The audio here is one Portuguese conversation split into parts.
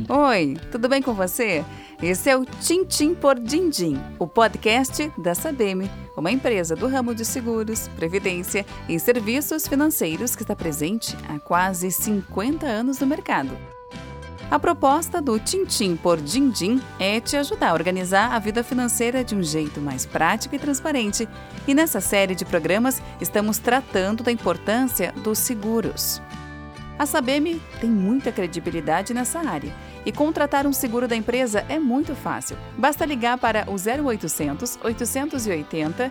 Oi, tudo bem com você? Esse é o Tintim por Dindim, o podcast da Sabem, uma empresa do ramo de seguros, previdência e serviços financeiros que está presente há quase 50 anos no mercado. A proposta do Tintim por Dindim é te ajudar a organizar a vida financeira de um jeito mais prático e transparente. E nessa série de programas estamos tratando da importância dos seguros. A Sabem tem muita credibilidade nessa área e contratar um seguro da empresa é muito fácil. Basta ligar para o 0800 880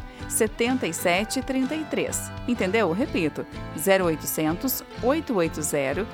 7733. Entendeu? Repito, 0800 880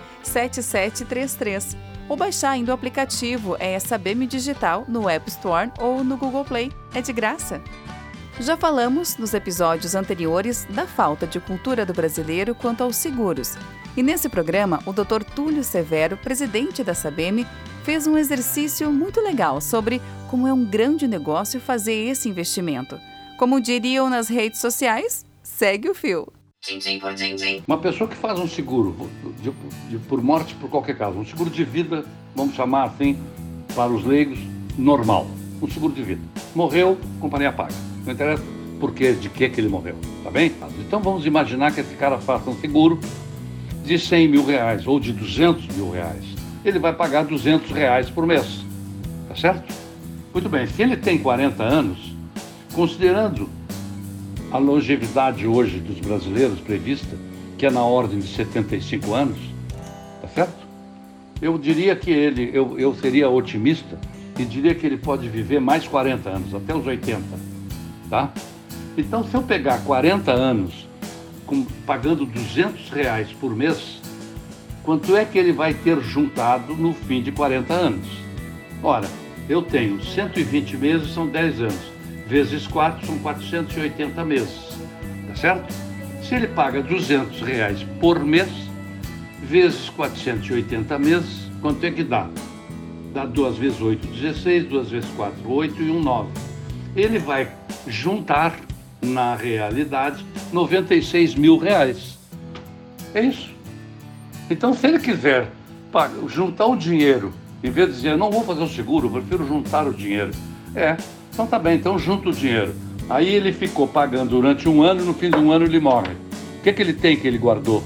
7733. Ou baixar ainda o aplicativo Sabem Digital no App Store ou no Google Play. É de graça. Já falamos nos episódios anteriores da falta de cultura do brasileiro quanto aos seguros. E nesse programa, o Dr. Túlio Severo, presidente da Sabem, fez um exercício muito legal sobre como é um grande negócio fazer esse investimento. Como diriam nas redes sociais, segue o fio. Uma pessoa que faz um seguro por morte, por qualquer caso, um seguro de vida, vamos chamar assim, para os leigos, normal, um seguro de vida. Morreu, a companhia paga. Não interessa de que ele morreu, tá bem? Então vamos imaginar que esse cara faça um seguro de 100 mil reais ou de 200 mil reais. Ele vai pagar 200 reais por mês, tá certo? Muito bem, se ele tem 40 anos, considerando a longevidade hoje dos brasileiros prevista, que é na ordem de 75 anos, tá certo? Eu diria que eu seria otimista e diria que ele pode viver mais 40 anos, até os 80, tá? Então, se eu pegar 40 anos pagando 200 reais por mês, quanto é que ele vai ter juntado no fim de 40 anos? Ora, eu tenho 120 meses, são 10 anos. Vezes 4 são 480 meses, tá certo? Se ele paga 200 reais por mês, vezes 480 meses, quanto é que dá? Dá 2 vezes 8, 16, 2 vezes 4, 8 e 1, 9. Ele vai juntar, na realidade, 96 mil reais. É isso. Então, se ele quiser juntar o dinheiro, em vez de dizer, não vou fazer o seguro, prefiro juntar o dinheiro. Então tá bem, então junta o dinheiro. Aí ele ficou pagando durante um ano e no fim de um ano ele morre. O que ele tem que ele guardou?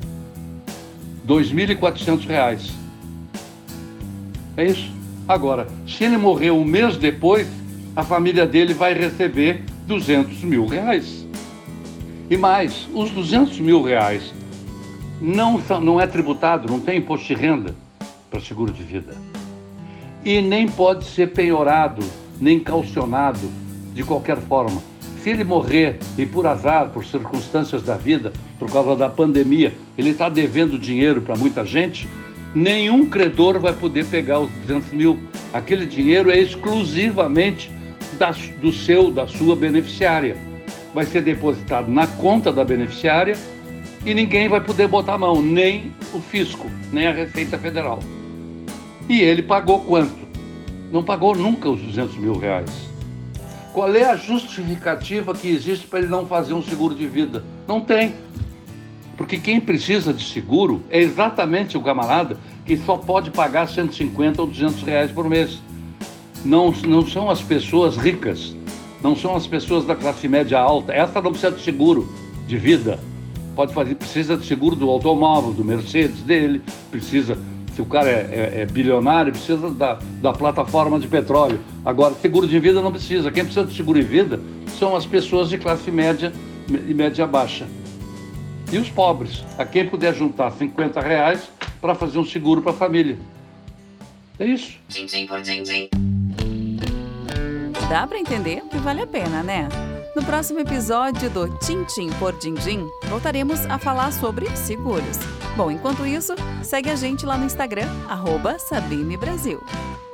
2.400 reais. É isso. Agora, se ele morrer um mês depois, a família dele vai receber 200 mil reais. E mais, os 200 mil reais não é tributado, não tem imposto de renda para seguro de vida. E nem pode ser penhorado, nem calcionado de qualquer forma. Se ele morrer e por azar, por circunstâncias da vida, por causa da pandemia, ele está devendo dinheiro para muita gente, nenhum credor vai poder pegar os 200 mil. Aquele dinheiro é exclusivamente da sua beneficiária. Vai ser depositado na conta da beneficiária e ninguém vai poder botar a mão, nem o fisco, nem a Receita Federal. E ele pagou quanto? Não pagou nunca os 200 mil reais. Qual é a justificativa que existe para ele não fazer um seguro de vida? Não tem. Porque quem precisa de seguro é exatamente o camarada que só pode pagar 150 ou 200 reais por mês. Não são as pessoas ricas, não são as pessoas da classe média alta. Essa não precisa de seguro de vida. Precisa de seguro do automóvel, do Mercedes dele, precisa... Se o cara é bilionário, precisa da plataforma de petróleo. Agora, seguro de vida não precisa. Quem precisa de seguro de vida são as pessoas de classe média e média baixa. E os pobres, a quem puder juntar 50 reais para fazer um seguro para a família. É isso. Dá para entender que vale a pena, né? No próximo episódio do Tintim por Dindim, voltaremos a falar sobre seguros. Bom, enquanto isso, segue a gente lá no Instagram, @SabemBrasil.